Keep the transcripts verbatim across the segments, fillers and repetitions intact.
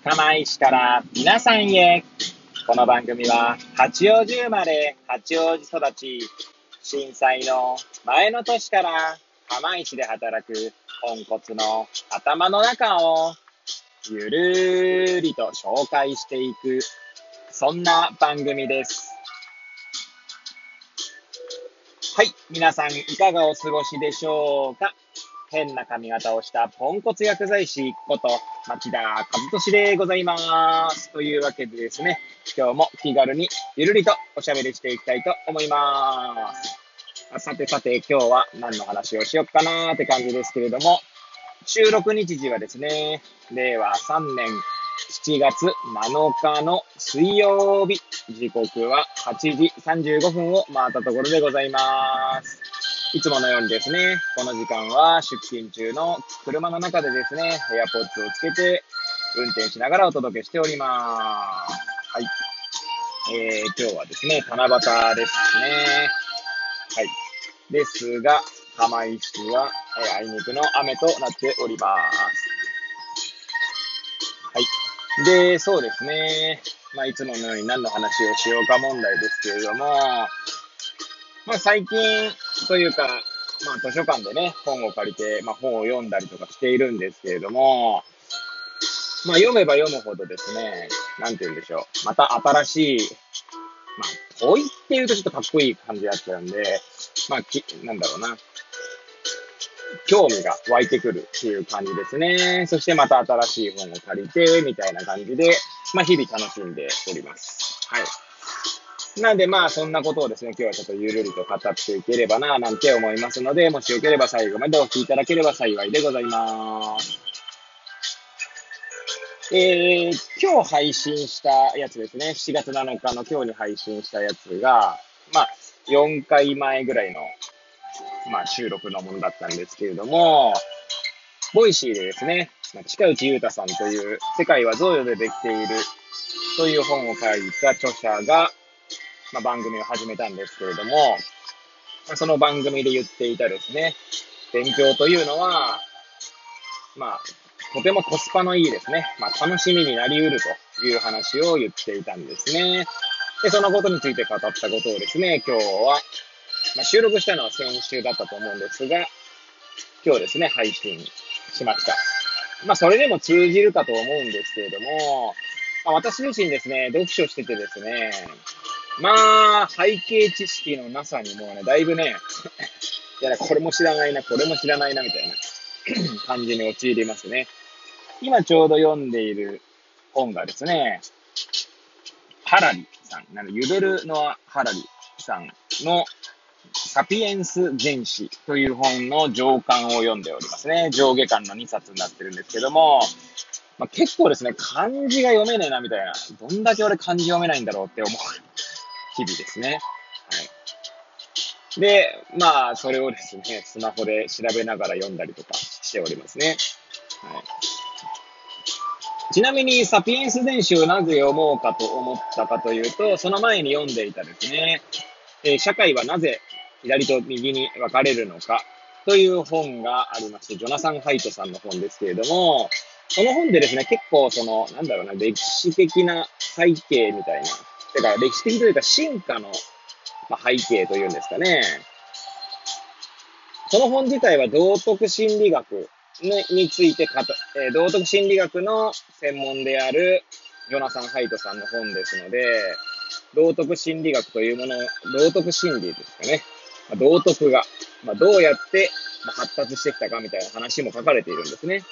釜石から皆さんへ。この番組は八王子生まれ八王子育ち、震災の前の年から釜石で働くポンコツの頭の中をゆるーりと紹介していく、そんな番組です。はい、皆さんいかがお過ごしでしょうか。変な髪型をしたポンコツ薬剤師こと町田和俊でございます。というわけでですね、今日も気軽にゆるりとおしゃべりしていきたいと思います。さてさて、今日は何の話をしよっかなーって感じですけれども、収録日時はですね、れいわさんねんしちがつなのかの水曜日、時刻ははちじさんじゅうごふんを回ったところでございます。いつものようにですね、この時間は出勤中の車の中でですね、エアポッツをつけて運転しながらお届けしております。はい。えー、今日はですね、七夕ですね。はい。ですが、釜石は、えー、あいにくの雨となっております。はい。で、そうですね。まあ、いつものように何の話をしようか問題ですけれども、まあ、最近というか、まあ、図書館でね、本を借りて、まあ、本を読んだりとかしているんですけれども、まあ、読めば読むほどですね、なんて言うんでしょう。また新しい、まあ、問いっていうとちょっとかっこいい感じになっちゃうんで、まあ、き、なんだろうな。興味が湧いてくるっていう感じですね。そしてまた新しい本を借りて、みたいな感じで、まあ、日々楽しんでおります。はい。なんでまあそんなことをですね、今日はちょっとゆるりと語っていければななんて思いますので、もしよければ最後までお聞きいただければ幸いでございます。えー、今日配信したやつですね、しちがつなのかの今日に配信したやつが、まあよんかいまえぐらいの、まあ、収録のものだったんですけれども、ボイシーでですね、まあ、近内裕太さんという世界は贈与でできているという本を書いた著者が、まあ、番組を始めたんですけれども、その番組で言っていたですね、勉強というのは、まあ、とてもコスパのいいですね、まあ、楽しみになり得るという話を言っていたんですね。で、そのことについて語ったことをですね、今日は、まあ、収録したのは先週だったと思うんですが、今日ですね、配信しました。まあ、それでも通じるかと思うんですけれども、まあ、私自身ですね、読書しててですね、まあ、背景知識のなさにもうね、だいぶね、いや、これも知らないな、これも知らないな、みたいな感じに陥りますね。今ちょうど読んでいる本がですね、ハラリさん、なんユドルノア・ハラリさんのサピエンス全史という本の上巻を読んでおりますね。上下巻のにさつになってるんですけども、まあ、結構ですね、漢字が読めねえなみたいな、どんだけ俺漢字読めないんだろうって思う日々ですね。はい。で、まあ、それをですね、スマホで調べながら読んだりとかしておりますね。はい。ちなみに、サピエンス全史をなぜ読もうかと思ったかというと、その前に読んでいたですね、えー、社会はなぜ左と右に分かれるのかという本がありまして、ジョナサン・ハイトさんの本ですけれども、その本でですね、結構その、なんだろうな、歴史的な背景みたいな、てか歴史的というか進化の、まあ、背景というんですかね。その本自体は道徳心理学についてかた、えー、道徳心理学の専門であるジョナサン・ハイトさんの本ですので、道徳心理学というもの、道徳心理ですかね。まあ、道徳が、まあ、どうやって発達してきたかみたいな話も書かれているんですね。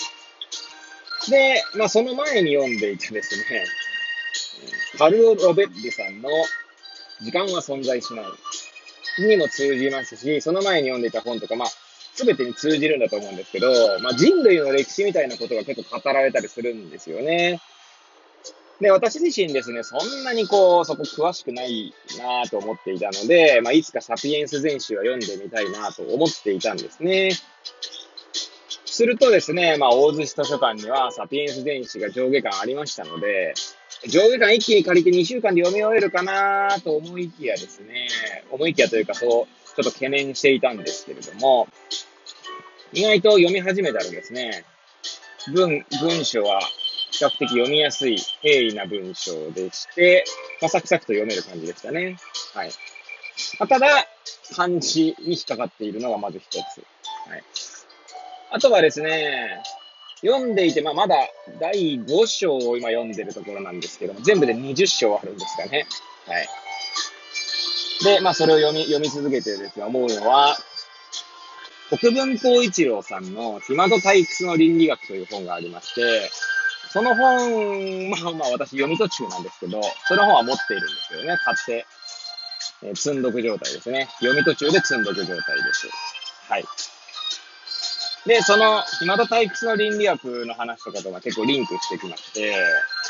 で、まあ、その前に読んでいてですね、カルロ・ロベッリさんの時間は存在しないにも通じますし、その前に読んでいた本とか、まあ、すべてに通じるんだと思うんですけど、まあ、人類の歴史みたいなことが結構語られたりするんですよね。で、私自身ですね、そんなにこう、そこ詳しくないなぁと思っていたので、まあ、いつかサピエンス全史を読んでみたいなと思っていたんですね。するとですね、まあ、大洲市図書館にはサピエンス全史が上下巻ありましたので、上下巻一気に借りてにしゅうかんで読み終えるかなと思いきやですね、思いきやというかそう、ちょっと懸念していたんですけれども、意外と読み始めたらですね、文、文章は比較的読みやすい平易な文章でして、まあ、サクサクと読める感じでしたね。はい。まあ、ただ、漢字に引っかかっているのがまず一つ。はい。あとはですね、読んでいて、まあ、まだだいご章を今読んでるところなんですけども、全部でにじゅっ章あるんですかね。はい。で、まあ、それを読み、読み続けてですね、思うのは、国分光一郎さんの暇と退屈の倫理学という本がありまして、その本、まあまあ私読み途中なんですけど、その本は持っているんですよね、買って。えー、積んどく状態ですね。読み途中で積んどく状態です。はい。で、その暇と退屈の倫理学の話とかとが結構リンクしてきまして、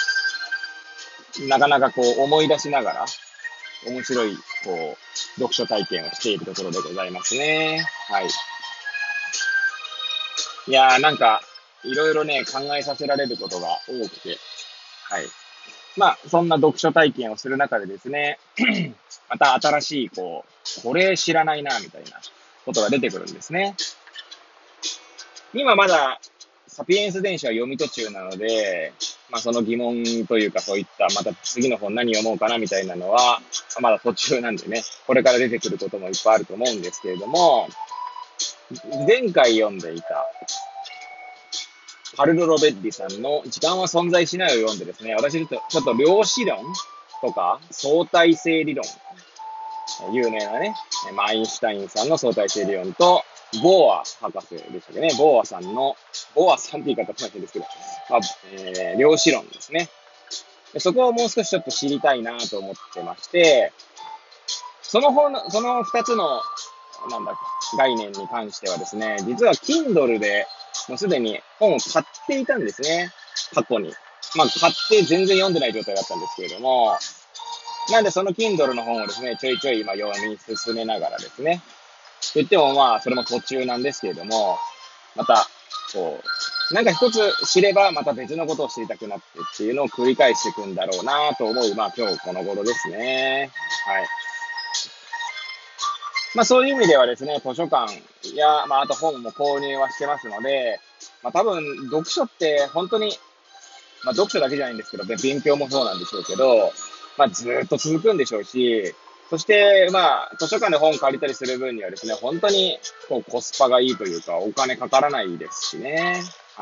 なかなかこう思い出しながら、面白い、こう、読書体験をしているところでございますね。はい。いやーなんか、いろいろね、考えさせられることが多くて、はい。まあ、そんな読書体験をする中でですね、また新しい、こう、これ知らないな、みたいなことが出てくるんですね。今まだ、サピエンス電子は読み途中なので、まあその疑問というかそういった、また次の本何読もうかなみたいなのは、まだ途中なんでね、これから出てくることもいっぱいあると思うんですけれども、前回読んでいた、パルロ・ロベッリさんの時間は存在しないを読んでですね、私ちょっと、ちょっと量子論とか相対性理論、有名なね、アインシュタインさんの相対性理論と、ボーア博士でしたっけね、ボーアさんの、ボーアさんって言い方もないんですけど、まあえー、量子論ですね。そこをもう少しちょっと知りたいなと思ってまして、その本の、その二つの、なんだ、概念に関してはですね、実は Kindle でもうすでに本を買っていたんですね。過去に。まあ、買って全然読んでない状態だったんですけれども、なんでその Kindle の本をですね、ちょいちょい今読み進めながらですね、と言ってもまあ、それも途中なんですけれども、また、こう、なんか一つ知ればまた別のことを知りたくなってっていうのを繰り返していくんだろうなと思う、まあ今日この頃ですね。はい。まあそういう意味ではですね、図書館や、まああと本も購入はしてますので、まあ多分読書って本当に、まあ読書だけじゃないんですけど、勉強もそうなんでしょうけど、まあずっと続くんでしょうし、そして、まあ、図書館で本借りたりする分にはですね、本当にこうコスパがいいというか、お金かからないですしね。はい。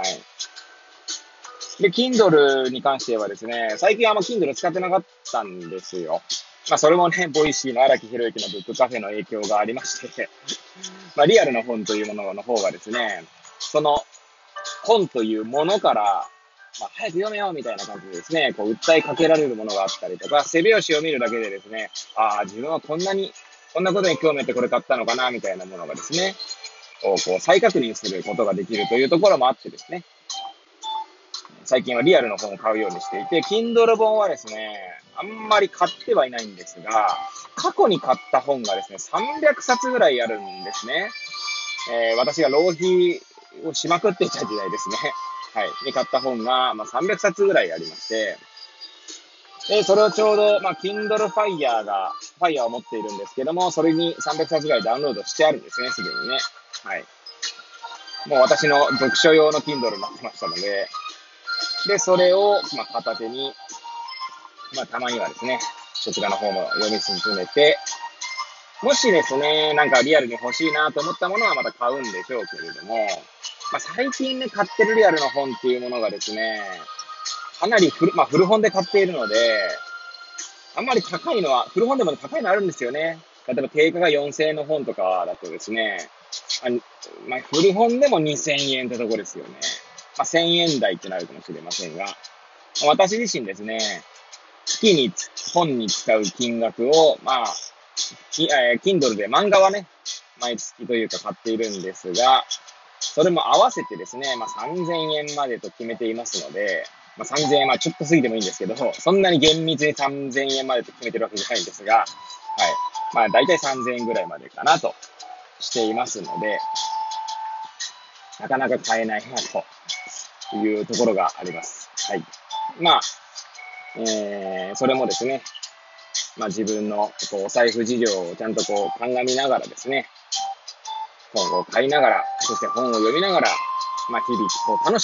で、Kindle に関してはですね、最近あんま Kindle 使ってなかったんですよ。まあ、それもね、ボイシーの荒木宏之のブックカフェの影響がありましてまあ、リアルな本というものの方がですね、その本というものから、まあ、早く読めよみたいな感じでですね、こう、訴えかけられるものがあったりとか、背表紙を見るだけでですね、ああ、自分はこんなに、こんなことに興味あってこれ買ったのかな、みたいなものがですね、こう、こう再確認することができるというところもあってですね、最近はリアルの本を買うようにしていて、Kindle 本はですね、あんまり買ってはいないんですが、過去に買った本がですね、さんびゃくさつぐらいあるんですね。えー、私が浪費をしまくっていた時代ですね。はい。に買った本が、まあ、さんびゃくさつぐらいありまして、で、それをちょうど、まあ、Kindle Fire が、Fire を持っているんですけども、それにさんびゃくさつぐらいダウンロードしてあるんですね、すでにね。はい。もう私の読書用の Kindle になってましたので、で、それを、まあ、片手に、まあ、たまにはですね、そちらの方も読み進めて、もしですね、なんかリアルに欲しいなと思ったものはまた買うんでしょうけれども、まあ、最近ね、買ってるリアルの本っていうものがですね、かなり古、まあ、古本で買っているので、あんまり高いのは、古本でも高いのあるんですよね。例えば定価がよんせんえんの本とかだとですね、あまあ、古本でもにせんえんってとこですよね。まあ、せんえん台ってなるかもしれませんが、私自身ですね、月に本に使う金額を、まあ、えー、Kindle で漫画はね、毎月というか買っているんですが、それも合わせてですね、まあ、さんぜんえんまでと決めていますので、まあ、さんぜんえん、まあ、ちょっと過ぎてもいいんですけど、そんなに厳密にさんぜんえんまでと決めてるわけじゃないんですが、はい。まあ、だいたいさんぜんえんぐらいまでかなとしていますので、なかなか買えないなというところがあります。はい。まあ、えー、それもですね、まあ自分のこうお財布事情をちゃんとこう鑑みながらですね、本を買いながら、そして本を読みながら、まあ日々こう楽しく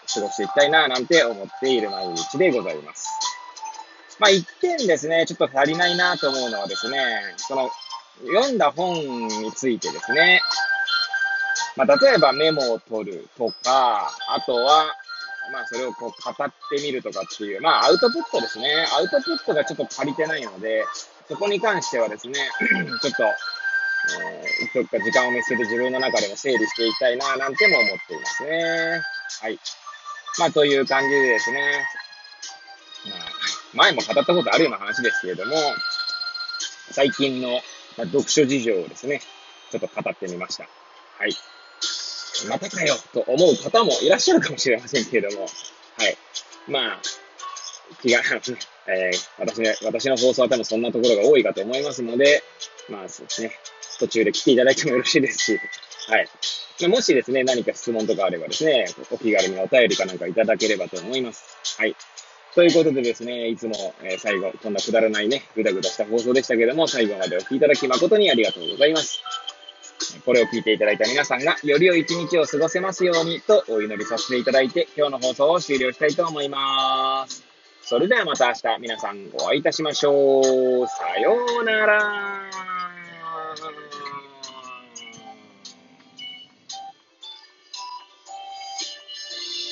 過ごしていきたいな、なんて思っている毎日でございます。まあ、一点ですね、ちょっと足りないなと思うのはですね、その、読んだ本についてですね、まあ、例えばメモを取るとか、あとは、まあ、それをこう語ってみるとかっていう、まあ、アウトプットですね。アウトプットがちょっと足りてないので、そこに関してはですね、ちょっと、えー、どっか時間を見つけて自分の中でも整理していきたいな、なんても思っていますね。はい。まあ、という感じでですね、まあ、前も語ったことあるような話ですけれども、最近の、まあ、読書事情をですね、ちょっと語ってみました。はい。またかよと思う方もいらっしゃるかもしれませんけれども、はい。まあ、気が、えー、私ね、私の放送は多分そんなところが多いかと思いますので、まあそうですね、途中で来ていただいてもよろしいですし、はい。もしですね、何か質問とかあればですね、お気軽にお便りかなんかいただければと思います。はい。ということでですね、いつも、えー、最後、こんなくだらないね、ぐだぐだした放送でしたけども、最後までお聞きいただき誠にありがとうございます。これを聞いていただいた皆さんが、より良い一日を過ごせますようにとお祈りさせていただいて、今日の放送を終了したいと思います。それではまた明日皆さんお会いいたしましょう。さようなら。